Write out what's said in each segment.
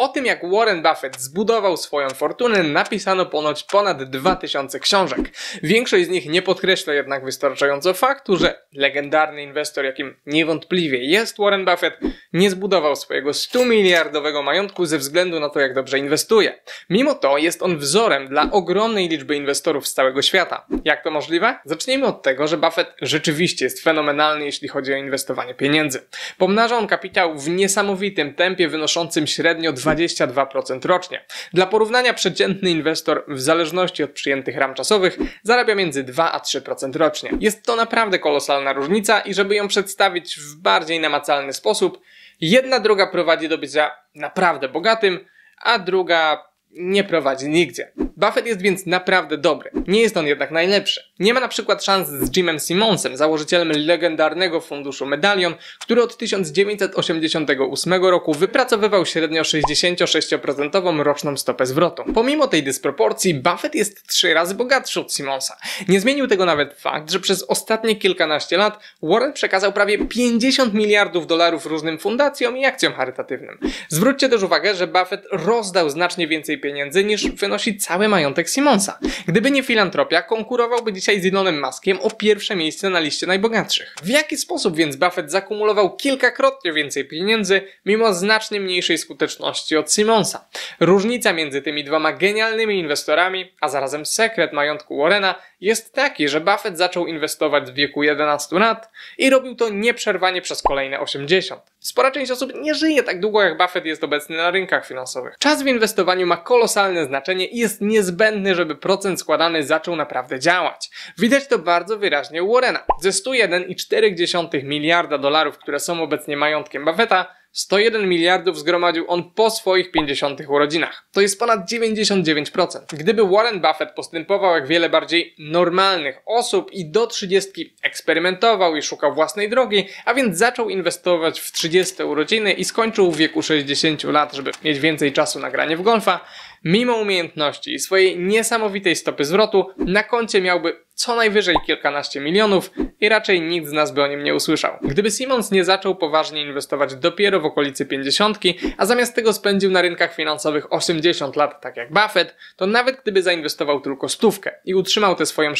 O tym, jak Warren Buffett zbudował swoją fortunę, napisano ponoć ponad 2000 książek. Większość z nich nie podkreśla jednak wystarczająco faktu, że legendarny inwestor, jakim niewątpliwie jest Warren Buffett, nie zbudował swojego 100-miliardowego majątku ze względu na to, jak dobrze inwestuje. Mimo to jest on wzorem dla ogromnej liczby inwestorów z całego świata. Jak to możliwe? Zacznijmy od tego, że Buffett rzeczywiście jest fenomenalny, jeśli chodzi o inwestowanie pieniędzy. Pomnaża on kapitał w niesamowitym tempie wynoszącym średnio 22% rocznie. Dla porównania przeciętny inwestor w zależności od przyjętych ram czasowych zarabia między 2 a 3% rocznie. Jest to naprawdę kolosalna różnica i żeby ją przedstawić w bardziej namacalny sposób, jedna droga prowadzi do bycia naprawdę bogatym, a druga nie prowadzi nigdzie. Buffett jest więc naprawdę dobry. Nie jest on jednak najlepszy. Nie ma na przykład szans z Jimem Simonsem, założycielem legendarnego funduszu Medallion, który od 1988 roku wypracowywał średnio 66% roczną stopę zwrotu. Pomimo tej dysproporcji, Buffett jest 3 razy bogatszy od Simonsa. Nie zmienił tego nawet fakt, że przez ostatnie kilkanaście lat Warren przekazał prawie 50 miliardów dolarów różnym fundacjom i akcjom charytatywnym. Zwróćcie też uwagę, że Buffett rozdał znacznie więcej pieniędzy niż wynosi cały majątek Simonsa. Gdyby nie filantropia, konkurowałby dzisiaj z Elonem Muskiem o pierwsze miejsce na liście najbogatszych. W jaki sposób więc Buffett zakumulował kilkakrotnie więcej pieniędzy, mimo znacznie mniejszej skuteczności od Simonsa? Różnica między tymi dwoma genialnymi inwestorami, a zarazem sekret majątku Warrena, jest taki, że Buffett zaczął inwestować w wieku 11 lat i robił to nieprzerwanie przez kolejne 80. Spora część osób nie żyje tak długo, jak Buffett jest obecny na rynkach finansowych. Czas w inwestowaniu ma kolosalne znaczenie i jest niezbędny, żeby procent składany zaczął naprawdę działać. Widać to bardzo wyraźnie u Warrena. Ze 101,4 miliarda dolarów, które są obecnie majątkiem Buffetta, 101 miliardów zgromadził on po swoich 50 urodzinach. To jest ponad 99%. Gdyby Warren Buffett postępował jak wiele bardziej normalnych osób i do 30 eksperymentował i szukał własnej drogi, a więc zaczął inwestować w 30 urodziny i skończył w wieku 60 lat, żeby mieć więcej czasu na granie w golfa, mimo umiejętności i swojej niesamowitej stopy zwrotu na koncie miałby co najwyżej kilkanaście milionów i raczej nikt z nas by o nim nie usłyszał. Gdyby Simons nie zaczął poważnie inwestować dopiero w okolicy 50, a zamiast tego spędził na rynkach finansowych 80 lat, tak jak Buffett, to nawet gdyby zainwestował tylko 100 i utrzymał tę swoją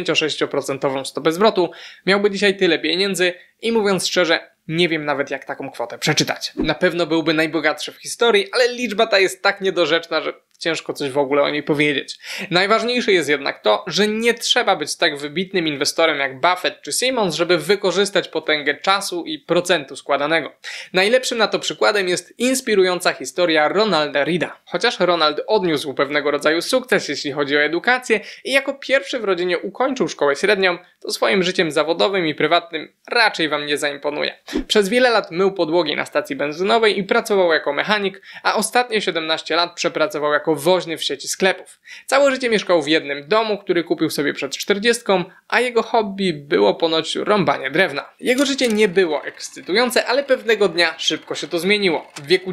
66% stopę zwrotu, miałby dzisiaj tyle pieniędzy i mówiąc szczerze, nie wiem nawet jak taką kwotę przeczytać. Na pewno byłby najbogatszy w historii, ale liczba ta jest tak niedorzeczna, że ciężko coś w ogóle o niej powiedzieć. Najważniejsze jest jednak to, że nie trzeba być tak wybitnym inwestorem jak Buffett czy Simons, żeby wykorzystać potęgę czasu i procentu składanego. Najlepszym na to przykładem jest inspirująca historia Ronalda Reeda. Chociaż Ronald odniósł pewnego rodzaju sukces, jeśli chodzi o edukację i jako pierwszy w rodzinie ukończył szkołę średnią, to swoim życiem zawodowym i prywatnym raczej wam nie zaimponuje. Przez wiele lat mył podłogi na stacji benzynowej i pracował jako mechanik, a ostatnie 17 lat przepracował jako woźny w sieci sklepów. Całe życie mieszkał w jednym domu, który kupił sobie przed 40, a jego hobby było ponoć rąbanie drewna. Jego życie nie było ekscytujące, ale pewnego dnia szybko się to zmieniło. W wieku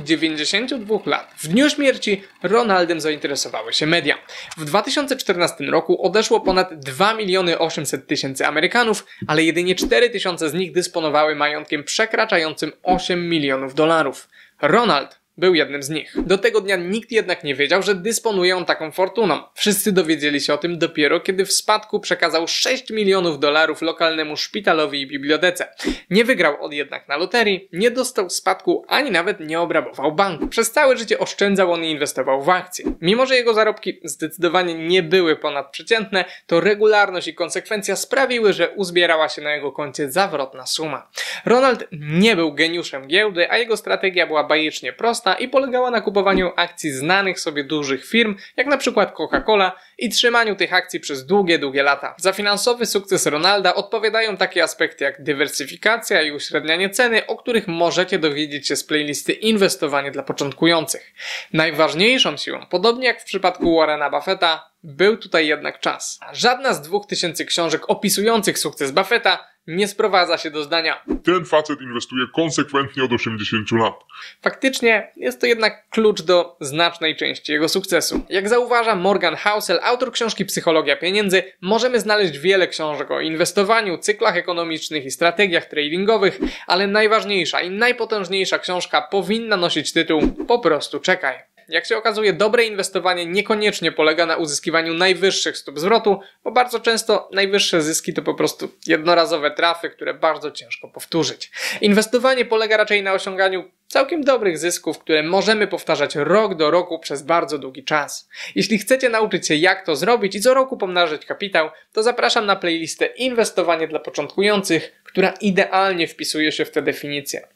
92 lat, w dniu śmierci, Ronaldem zainteresowały się media. W 2014 roku odeszło ponad 2 800 000 Amerykanów, ale jedynie 4 000 z nich dysponowały majątkiem przekraczającym 8 milionów dolarów. Ronald był jednym z nich. Do tego dnia nikt jednak nie wiedział, że dysponuje on taką fortuną. Wszyscy dowiedzieli się o tym dopiero, kiedy w spadku przekazał 6 milionów dolarów lokalnemu szpitalowi i bibliotece. Nie wygrał on jednak na loterii, nie dostał spadku, ani nawet nie obrabował banku. Przez całe życie oszczędzał on i inwestował w akcje. Mimo że jego zarobki zdecydowanie nie były ponadprzeciętne, to regularność i konsekwencja sprawiły, że uzbierała się na jego koncie zawrotna suma. Ronald nie był geniuszem giełdy, a jego strategia była bajecznie prosta i polegała na kupowaniu akcji znanych sobie dużych firm, jak na przykład Coca-Cola i trzymaniu tych akcji przez długie lata. Za finansowy sukces Ronalda odpowiadają takie aspekty jak dywersyfikacja i uśrednianie ceny, o których możecie dowiedzieć się z playlisty Inwestowanie dla początkujących. Najważniejszą siłą, podobnie jak w przypadku Warrena Buffetta, był tutaj jednak czas. Żadna z 2000 książek opisujących sukces Buffetta nie sprowadza się do zdania: ten facet inwestuje konsekwentnie od 80 lat. Faktycznie jest to jednak klucz do znacznej części jego sukcesu. Jak zauważa Morgan Housel, autor książki Psychologia pieniędzy, możemy znaleźć wiele książek o inwestowaniu, cyklach ekonomicznych i strategiach tradingowych, ale najważniejsza i najpotężniejsza książka powinna nosić tytuł Po prostu czekaj. Jak się okazuje, dobre inwestowanie niekoniecznie polega na uzyskiwaniu najwyższych stóp zwrotu, bo bardzo często najwyższe zyski to po prostu jednorazowe trafy, które bardzo ciężko powtórzyć. Inwestowanie polega raczej na osiąganiu całkiem dobrych zysków, które możemy powtarzać rok do roku przez bardzo długi czas. Jeśli chcecie nauczyć się, jak to zrobić i co roku pomnażać kapitał, to zapraszam na playlistę Inwestowanie dla początkujących, która idealnie wpisuje się w tę definicję.